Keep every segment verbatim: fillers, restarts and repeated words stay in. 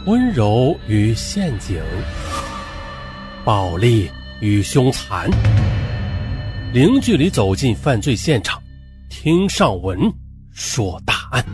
温柔与陷阱，暴力与凶残，零距离走进犯罪现场，听上文说大案。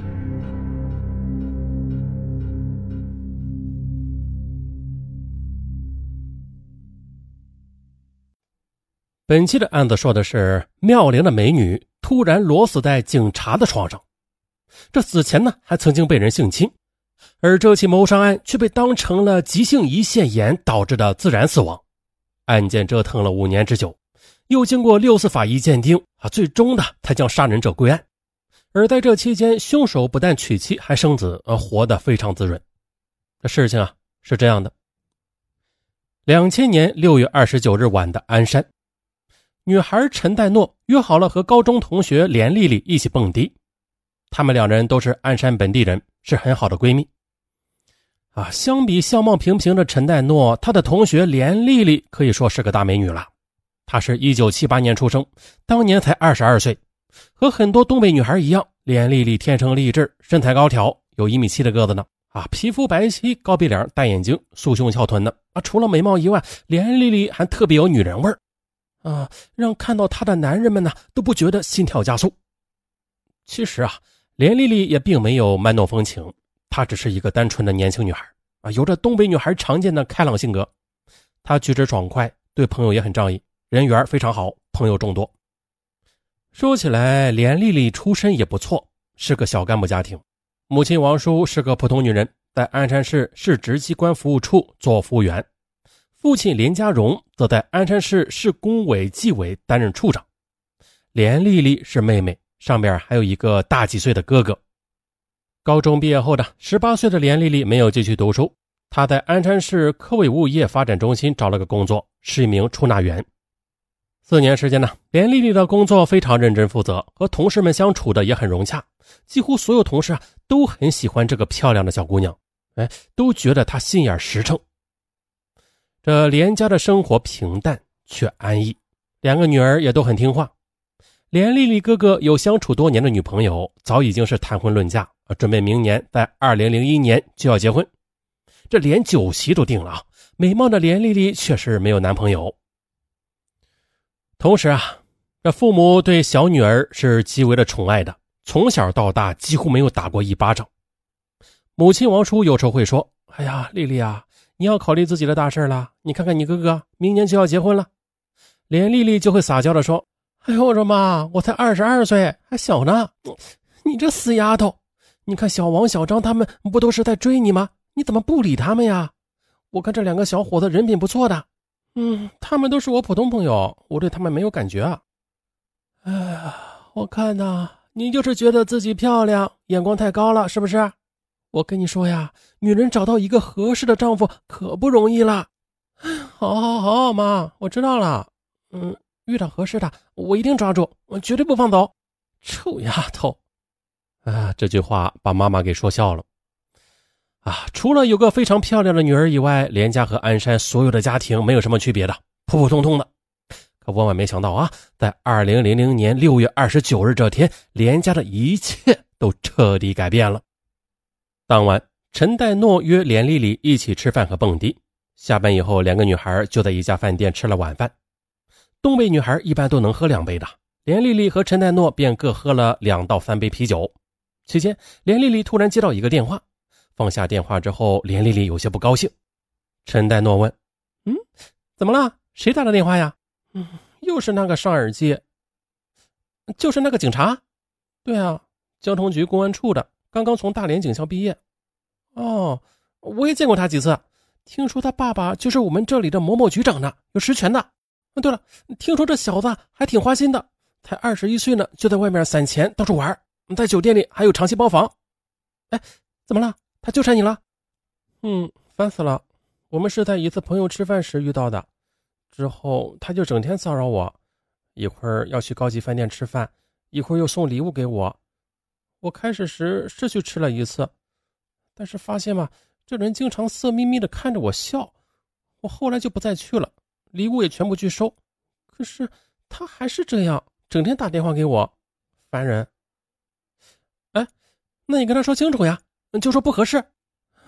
本期的案子说的是妙龄的美女突然裸死在警察的床上，这死前呢还曾经被人性侵，而这起谋杀案却被当成了急性胰腺炎导致的自然死亡。案件折腾了五年之久，又经过六次法医鉴定啊，最终的才将杀人者归案。而在这期间，凶手不但娶妻还生子，而活得非常滋润。这事情啊是这样的：两千年六月二十九日晚的鞍山，女孩陈代诺约好了和高中同学连丽丽一起蹦迪，她们两人都是鞍山本地人，是很好的闺蜜。啊，相比相貌平平的陈代诺，她的同学连丽丽可以说是个大美女了。她是一九七八年出生，当年才二十二岁。和很多东北女孩一样，连丽丽天生丽质，身材高挑，有一米七的个子呢。啊，皮肤白皙，高鼻梁，大眼睛，束胸翘臀的。啊，除了美貌以外，连丽丽还特别有女人味儿。啊，让看到她的男人们呢都不觉得心跳加速。其实啊，连丽丽也并没有卖弄风情，她只是一个单纯的年轻女孩啊，有着东北女孩常见的开朗性格。她举止爽快，对朋友也很仗义，人缘非常好，朋友众多。说起来，连丽丽出身也不错，是个小干部家庭，母亲王叔是个普通女人，在鞍山市市直机关服务处做服务员。父亲连家荣则在鞍山市市工委纪委担任处长。连丽丽是妹妹，上边还有一个大几岁的哥哥。高中毕业后的十八岁的连丽丽没有继续读书，她在鞍山市科委物业发展中心找了个工作，是一名出纳员。四年时间呢，连丽丽的工作非常认真负责，和同事们相处的也很融洽，几乎所有同事啊都很喜欢这个漂亮的小姑娘，哎，都觉得她心眼实诚。这连家的生活平淡却安逸，两个女儿也都很听话。连丽丽哥哥有相处多年的女朋友，早已经是谈婚论嫁，准备明年在二零零一年就要结婚。这连酒席都定了啊，美貌的连丽丽确实没有男朋友。同时啊，这父母对小女儿是极为的宠爱的，从小到大几乎没有打过一巴掌。母亲王叔有时候会说：哎呀，丽丽啊，你要考虑自己的大事了，你看看你哥哥明年就要结婚了。连丽丽就会撒娇地说：哎呦，我说妈，我才二十二岁，还小呢。你这死丫头，你看小王小张他们不都是在追你吗？你怎么不理他们呀？我看这两个小伙子人品不错的。嗯，他们都是我普通朋友，我对他们没有感觉啊。哎呀，我看呐，你就是觉得自己漂亮，眼光太高了，是不是？我跟你说呀，女人找到一个合适的丈夫可不容易了。好好好，妈，我知道了。嗯，遇到合适的，我一定抓住，我绝对不放走。臭丫头！啊，这句话把妈妈给说笑了。啊，除了有个非常漂亮的女儿以外，连家和鞍山所有的家庭没有什么区别的，普普通通的。可万万没想到啊，在二零零零年六月二十九日这天，连家的一切都彻底改变了。当晚，陈代诺约连丽丽一起吃饭和蹦迪。下班以后，两个女孩就在一家饭店吃了晚饭。东北女孩一般都能喝两杯的，连丽丽和陈代诺便各喝了两到三杯啤酒。期间，连丽丽突然接到一个电话，放下电话之后，连丽丽有些不高兴。陈代诺问：嗯，怎么了？谁打的电话呀？嗯，又是那个上耳机。就是那个警察？对啊，交通局公安处的，刚刚从大连警校毕业。哦，我也见过他几次，听说他爸爸就是我们这里的某某局长呢，有实权的。对了，听说这小子还挺花心的，才二十一岁呢，就在外面散钱到处玩，在酒店里还有长期包房。哎，怎么了？他纠缠你了？嗯，烦死了。我们是在一次朋友吃饭时遇到的，之后他就整天骚扰我，一会儿要去高级饭店吃饭，一会儿又送礼物给我。我开始时是去吃了一次，但是发现嘛，这人经常色眯眯的看着我笑，我后来就不再去了，礼物也全部拒收。可是他还是这样，整天打电话给我，烦人。哎，那你跟他说清楚呀，就说不合适。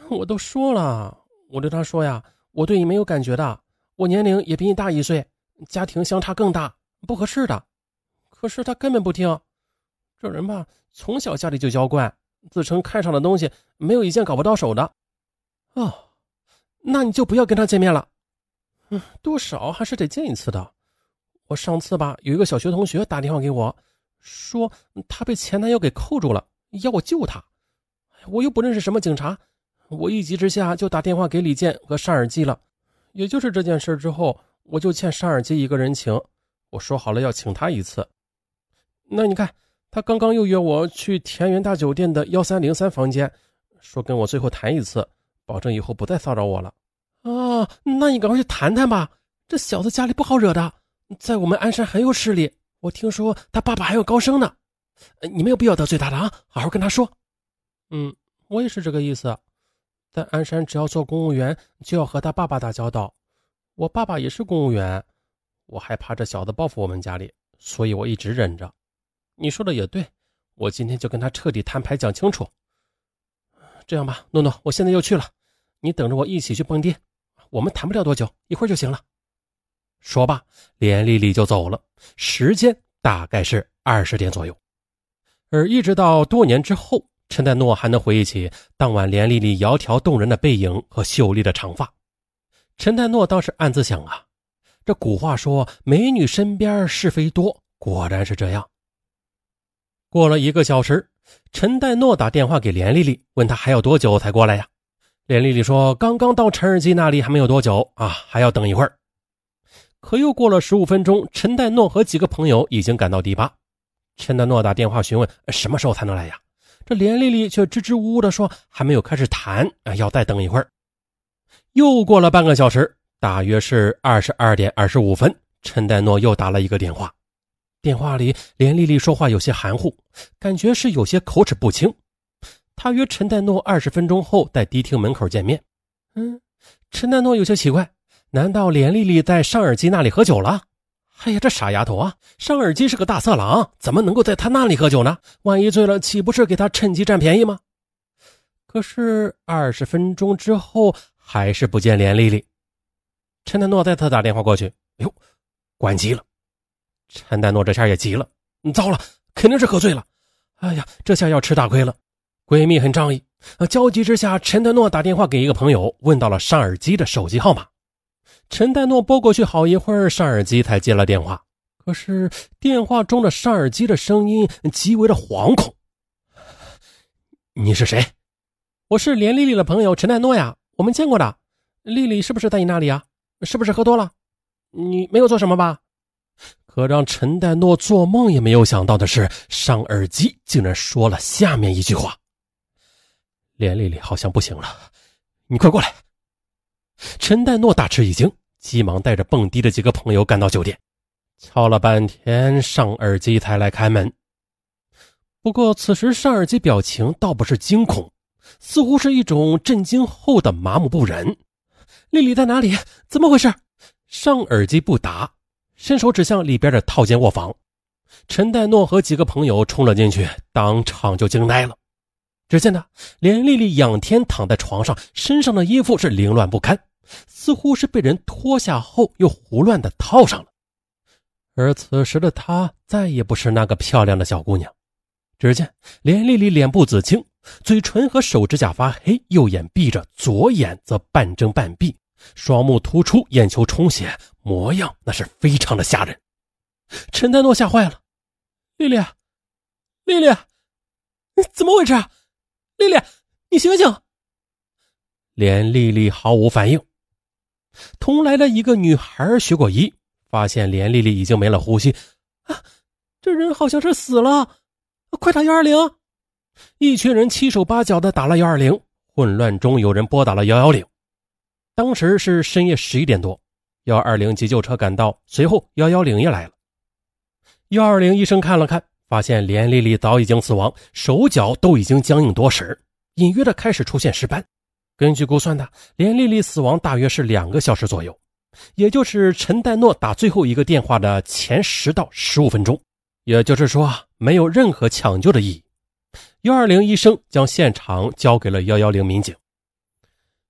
我都说了，我对他说呀，我对你没有感觉的，我年龄也比你大一岁，家庭相差更大，不合适的。可是他根本不听，这人吧，从小家里就娇惯，自称看上的东西没有一件搞不到手的。哦，那你就不要跟他见面了。嗯，多少还是得见一次的。我上次吧，有一个小学同学打电话给我，说他被前男友给扣住了，要我救他。我又不认识什么警察，我一急之下就打电话给李健和尚尔基了。也就是这件事之后，我就欠尚尔基一个人情，我说好了要请他一次。那你看，他刚刚又约我去田园大酒店的一三零三房间，说跟我最后谈一次，保证以后不再骚扰我了。啊，那你赶快去谈谈吧，这小子家里不好惹的，在我们鞍山很有势力，我听说他爸爸还有高升呢。你没有必要得罪他的啊，好好跟他说。嗯，我也是这个意思。在鞍山只要做公务员就要和他爸爸打交道，我爸爸也是公务员，我害怕这小子报复我们家里，所以我一直忍着。你说的也对，我今天就跟他彻底摊牌讲清楚。这样吧，诺诺，我现在又去了，你等着我一起去蹦迪，我们谈不了多久，一会儿就行了。说罢，连丽丽就走了，时间大概是二十点左右。而一直到多年之后，陈代诺还能回忆起当晚连丽丽窈窕动人的背影和秀丽的长发。陈代诺当时暗自想啊，这古话说美女身边是非多，果然是这样。过了一个小时，陈代诺打电话给连丽丽，问她还要多久才过来呀？连丽丽说刚刚到陈尔基那里还没有多久啊，还要等一会儿。可又过了十五分钟，陈代诺和几个朋友已经赶到迪吧。陈代诺打电话询问什么时候才能来呀？这连丽丽却支支吾吾地说还没有开始谈，要再等一会儿。又过了半个小时，大约是二十二点二十五分，陈代诺又打了一个电话。电话里连丽丽说话有些含糊，感觉是有些口齿不清。他约陈代诺二十分钟后在迪厅门口见面。嗯，陈代诺有些奇怪，难道连丽丽在尚尔基那里喝酒了？哎呀，这傻丫头啊，尚尔基是个大色狼，怎么能够在他那里喝酒呢？万一醉了，岂不是给他趁机占便宜吗？可是二十分钟之后还是不见连丽丽。陈代诺再次打电话过去，哎呦，关机了。陈代诺这下也急了，糟了，肯定是喝醉了。哎呀，这下要吃大亏了。闺蜜很仗义，焦急之下，陈代诺打电话给一个朋友，问到了尚尔基的手机号码。陈代诺拨过去好一会儿，尚尔基才接了电话。可是电话中的尚尔基的声音极为的惶恐。你是谁？我是连丽丽的朋友陈代诺呀，我们见过的。丽丽是不是在你那里啊？是不是喝多了？你没有做什么吧？可让陈代诺做梦也没有想到的是，尚尔基竟然说了下面一句话。连丽丽好像不行了，你快过来。陈代诺大吃一惊，急忙带着蹦迪的几个朋友赶到酒店。敲了半天，尚尔基才来开门。不过此时尚尔基表情倒不是惊恐，似乎是一种震惊后的麻木不仁。丽丽在哪里？怎么回事？尚尔基不答，伸手指向里边的套间卧房。陈代诺和几个朋友冲了进去，当场就惊呆了。只见他连丽丽仰天躺在床上，身上的衣服是凌乱不堪，似乎是被人脱下后又胡乱的套上了。而此时的她再也不是那个漂亮的小姑娘。只见连丽丽脸部紫青，嘴唇和手指甲发黑，右眼闭着，左眼则半睁半闭，双目突出，眼球充血，模样那是非常的吓人。陈代诺吓坏了。丽丽，丽丽，怎么回事？丽丽，你醒醒！连丽丽毫无反应。同来的一个女孩学过医，发现连丽丽已经没了呼吸。啊，这人好像是死了，快打一二零！一群人七手八脚的打了一二零，混乱中有人拨打了一一零。当时是深夜十一点多，一二零急救车赶到，随后一一零也来了。一二零医生看了看，发现连丽丽早已经死亡，手脚都已经僵硬多时，隐约的开始出现尸斑。根据估算的，连丽丽死亡大约是两个小时左右，也就是陈代诺打最后一个电话的前十到十五分钟，也就是说没有任何抢救的意义。一二零医生将现场交给了一一零民警。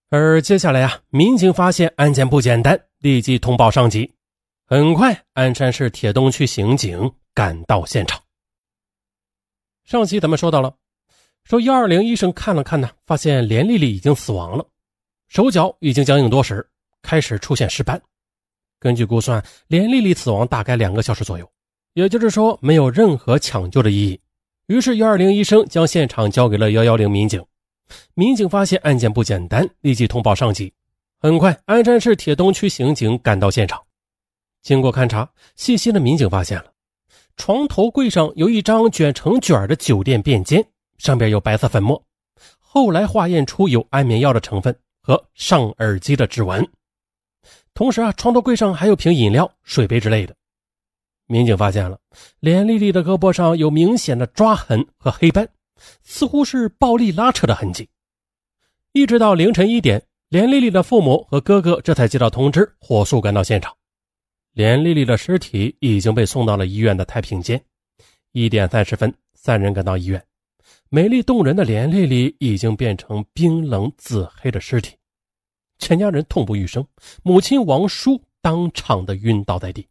而接下来啊，民警发现案件不简单，立即通报上级。很快，鞍山市铁东区刑警赶到现场。上期咱们说到了，说一二零医生看了看呢，发现连丽丽已经死亡了，手脚已经僵硬多时，开始出现尸斑。根据估算，连丽丽死亡大概两个小时左右，也就是说没有任何抢救的意义。于是一二零医生将现场交给了一一零民警。民警发现案件不简单，立即通报上级。很快，鞍山市铁东区刑警赶到现场。经过勘查，细心的民警发现了床头柜上有一张卷成卷的酒店便笺，上边有白色粉末，后来化验出有安眠药的成分和上耳机的指纹。同时啊，床头柜上还有瓶饮料、水杯之类的。民警发现了连丽丽的胳膊上有明显的抓痕和黑斑，似乎是暴力拉扯的痕迹。一直到凌晨一点，连丽丽的父母和哥哥这才接到通知，火速赶到现场。连丽丽的尸体已经被送到了医院的太平间。一点三十分，三人赶到医院。美丽动人的连丽丽已经变成冰冷紫黑的尸体，全家人痛不欲生，母亲王淑当场的晕倒在地。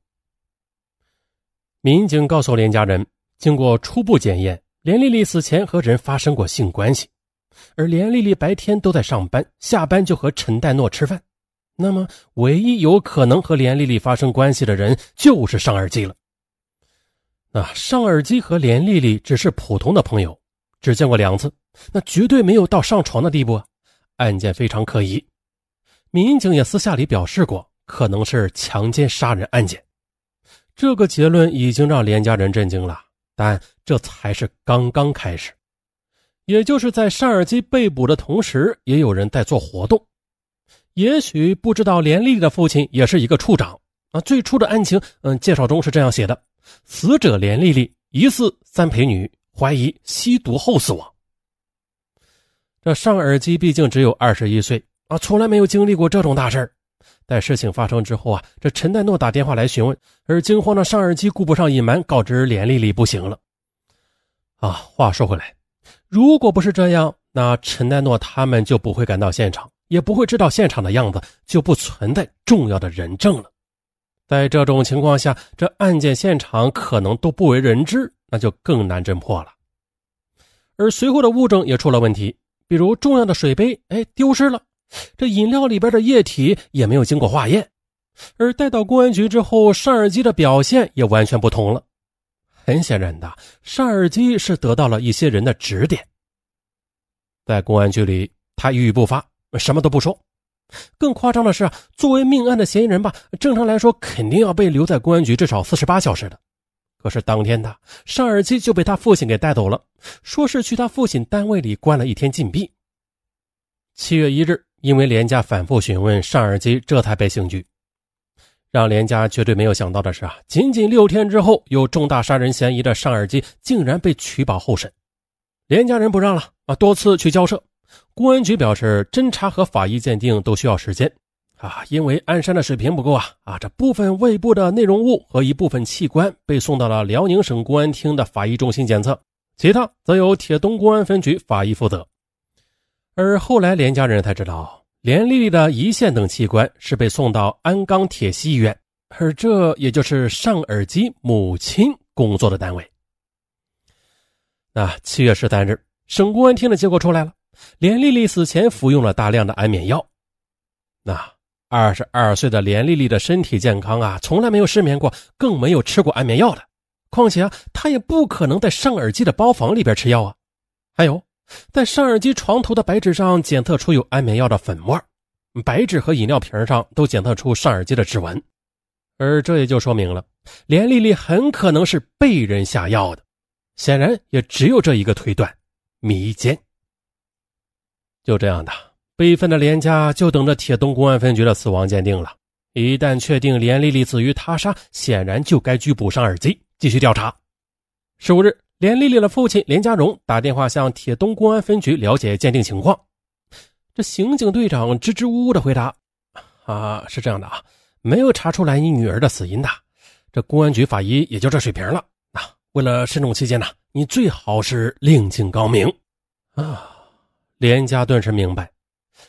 民警告诉连家人，经过初步检验，连丽丽死前和人发生过性关系，而连丽丽白天都在上班，下班就和陈代诺吃饭。那么唯一有可能和连丽丽发生关系的人就是尚尔基了。那尚尔基和连丽丽只是普通的朋友，只见过两次，那绝对没有到上床的地步啊，案件非常可疑。民警也私下里表示过，可能是强奸杀人案件。这个结论已经让连家人震惊了，但这才是刚刚开始。也就是在尚尔基被捕的同时，也有人在做活动。也许不知道连丽丽的父亲也是一个处长啊。最初的案情，嗯，介绍中是这样写的：死者连丽丽疑似三陪女，怀疑吸毒后死亡。这尚尔基毕竟只有二十一岁啊，从来没有经历过这种大事儿。在事情发生之后啊，这陈代诺打电话来询问，而惊慌的尚尔基顾不上隐瞒，告知连丽丽不行了。啊，话说回来，如果不是这样，那陈代诺他们就不会赶到现场，也不会知道现场的样子，就不存在重要的人证了。在这种情况下，这案件现场可能都不为人知，那就更难侦破了。而随后的物证也出了问题，比如重要的水杯，哎，丢失了。这饮料里边的液体也没有经过化验，而带到公安局之后，尚尔基的表现也完全不同了。很显然的，尚尔基是得到了一些人的指点。在公安局里，他一语不发，什么都不说。更夸张的是，作为命案的嫌疑人吧，正常来说肯定要被留在公安局至少四十八小时的。可是当天的尚尔基就被他父亲给带走了，说是去他父亲单位里关了一天禁闭。七月一日，因为连家反复询问，尚尔基这才被刑拘。让连家绝对没有想到的是啊，仅仅六天之后，有重大杀人嫌疑的尚尔基竟然被取保候审。连家人不让了啊，多次去交涉。公安局表示，侦查和法医鉴定都需要时间啊，因为鞍山的水平不够啊啊，这部分胃部的内容物和一部分器官被送到了辽宁省公安厅的法医中心检测，其他则由铁东公安分局法医负责。而后来连家人才知道，连丽丽的胰腺等器官是被送到鞍钢铁西医院，而这也就是尚尔基母亲工作的单位。那七月十三日，省公安厅的结果出来了，连丽丽死前服用了大量的安眠药。那二十二岁的连丽丽的身体健康啊，从来没有失眠过，更没有吃过安眠药的。况且啊，她也不可能在尚尔基的包房里边吃药啊。还有，在尚尔基床头的白纸上检测出有安眠药的粉末，白纸和饮料瓶上都检测出尚尔基的指纹。而这也就说明了，连丽丽很可能是被人下药的。显然也只有这一个推断，迷奸。就这样的，悲愤的连家就等着铁东公安分局的死亡鉴定了。一旦确定连丽丽死于他杀，显然就该拘捕尚尔基，继续调查。十五日，连丽丽的父亲连家荣打电话向铁东公安分局了解鉴定情况。这刑警队长支支吾吾的回答：啊，是这样的啊，没有查出来你女儿的死因的，这公安局法医也就这水平了。啊，为了慎重起见呢，你最好是另请高明。啊，连家顿时明白，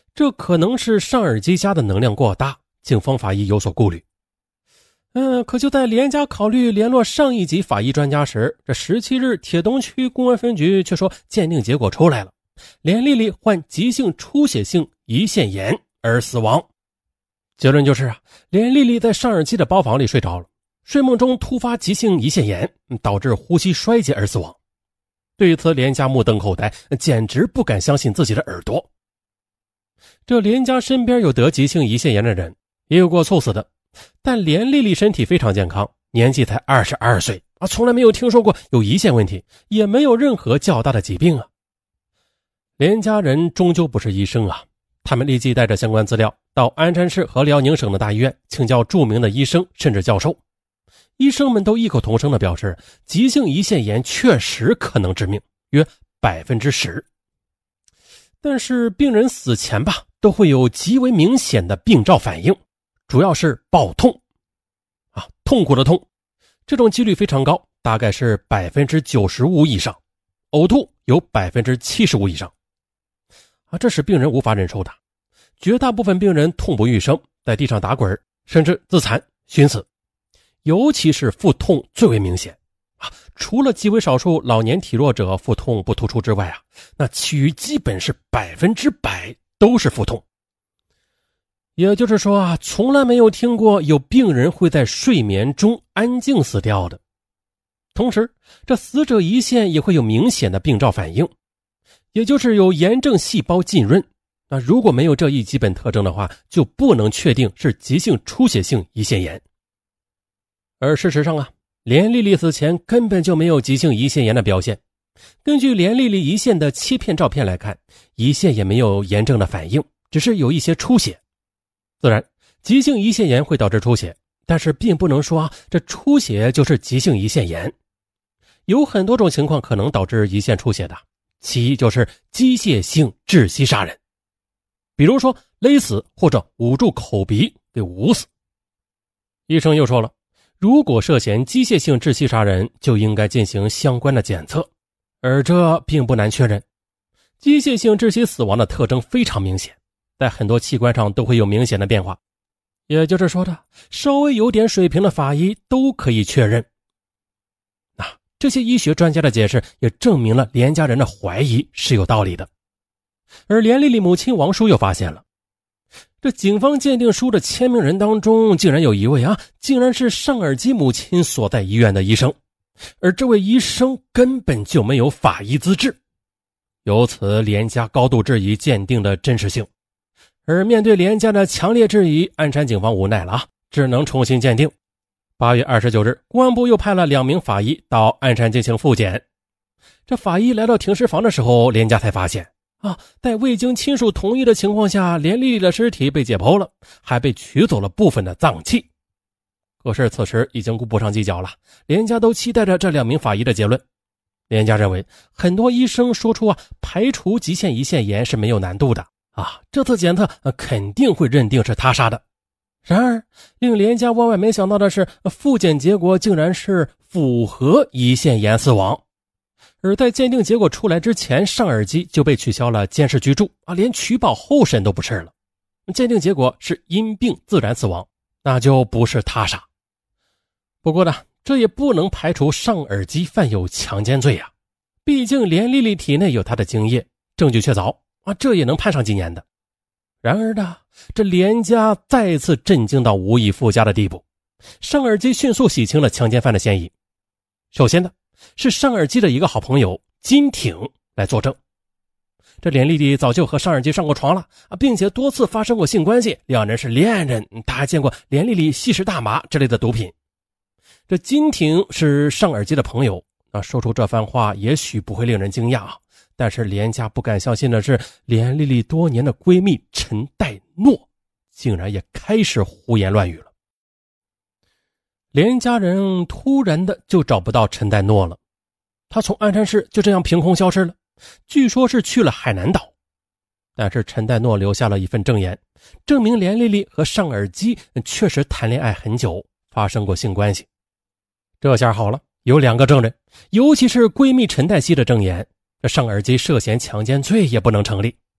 这可能是尚尔基家的能量过大，警方法医有所顾虑。嗯，可就在连家考虑联络上一级法医专家时，这十七日铁东区公安分局却说鉴定结果出来了，连丽丽患急性出血性胰腺炎而死亡。结论就是啊，连丽丽在尚尔基的包房里睡着了，睡梦中突发急性胰腺炎，导致呼吸衰竭而死亡。对此连家目瞪口呆，简直不敢相信自己的耳朵。这连家身边有得急性胰腺炎的人，也有过猝死的，但连丽丽身体非常健康，年纪才二十二岁啊，从来没有听说过有胰腺问题，也没有任何较大的疾病啊。连家人终究不是医生啊，他们立即带着相关资料到鞍山市和辽宁省的大医院请教著名的医生甚至教授。医生们都异口同声地表示，急性胰腺炎确实可能致命，约 百分之十。 但是病人死前吧，都会有极为明显的病灶反应，主要是暴痛啊，痛苦的痛，这种几率非常高，大概是 百分之九十五 以上，呕吐有 百分之七十五 以上啊，这使病人无法忍受的。绝大部分病人痛不欲生，在地上打滚，甚至自残寻死，尤其是腹痛最为明显啊，除了极为少数老年体弱者腹痛不突出之外啊，那其余基本是百分之百都是腹痛。也就是说啊，从来没有听过有病人会在睡眠中安静死掉的。同时，这死者胰腺也会有明显的病灶反应，也就是有炎症细胞浸润。那如果没有这一基本特征的话，就不能确定是急性出血性胰腺炎。而事实上啊，连丽丽死前根本就没有急性胰腺炎的表现。根据连丽丽胰腺的切片照片来看，胰腺也没有炎症的反应，只是有一些出血。自然，急性胰腺炎会导致出血，但是并不能说啊，这出血就是急性胰腺炎。有很多种情况可能导致胰腺出血的，其一就是机械性窒息杀人，比如说勒死或者捂住口鼻给捂死。医生又说了，如果涉嫌机械性窒息杀人，就应该进行相关的检测，而这并不难确认。机械性窒息死亡的特征非常明显，在很多器官上都会有明显的变化，也就是说的，稍微有点水平的法医都可以确认。啊，这些医学专家的解释也证明了连家人的怀疑是有道理的。而连丽丽母亲王叔又发现了，这警方鉴定书的签名人当中竟然有一位啊，竟然是尚尔基母亲所在医院的医生，而这位医生根本就没有法医资质，由此连家高度质疑鉴定的真实性。而面对连家的强烈质疑，鞍山警方无奈了啊，只能重新鉴定。八月二十九日，公安部又派了两名法医到鞍山进行复检。这法医来到停尸房的时候，连家才发现啊，在未经亲属同意的情况下，连丽丽的尸体被解剖了，还被取走了部分的脏器。可是此时已经顾不上计较了，连家都期待着这两名法医的结论。连家认为，很多医生说出啊，排除急性胰腺炎是没有难度的啊，这次检测、呃、肯定会认定是他杀的。然而，令连家万万没想到的是，复检结果竟然是符合胰腺炎死亡。而在鉴定结果出来之前，尚尔基就被取消了监视居住啊，连取保候审都不是了。鉴定结果是因病自然死亡，那就不是他杀。不过呢，这也不能排除尚尔基犯有强奸罪啊，毕竟连丽丽体内有他的精液，证据确凿啊，这也能判上几年的。然而呢，这连家再次震惊到无以复加的地步，尚尔基迅速洗清了强奸犯的嫌疑。首先呢，是尚尔基的一个好朋友金挺来作证，这连丽丽早就和尚尔基上过床了啊，并且多次发生过性关系，两人是恋人，他还见过连丽丽吸食大麻之类的毒品。这金挺是尚尔基的朋友啊，说出这番话也许不会令人惊讶啊，但是连家不敢相信的是，连丽丽多年的闺蜜陈代诺竟然也开始胡言乱语了。连家人突然的就找不到陈代诺了，他从鞍山市就这样凭空消失了，据说是去了海南岛。但是陈代诺留下了一份证言，证明连丽丽和尚尔基确实谈恋爱很久，发生过性关系。这下好了，有两个证人，尤其是闺蜜陈黛西的证言，这尚尔基涉嫌强奸罪也不能成立。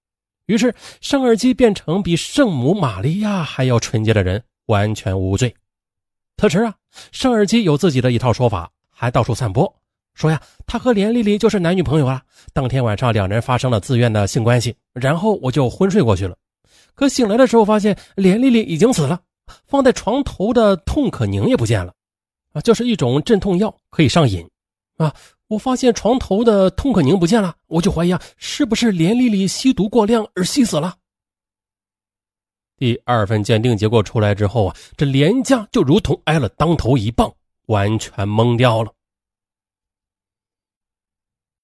于是尚尔基变成比圣母玛利亚还要纯洁的人，完全无罪。特迟啊，尚尔基有自己的一套说法，还到处散播，说呀，他和连丽丽就是男女朋友啊。当天晚上两人发生了自愿的性关系，然后我就昏睡过去了。可醒来的时候发现连丽丽已经死了，放在床头的痛可宁也不见了啊，就是一种镇痛药，可以上瘾啊。我发现床头的痛可宁不见了，我就怀疑啊，是不是连丽丽吸毒过量而吸死了？第二份鉴定结果出来之后啊，这连家就如同挨了当头一棒，完全懵掉了。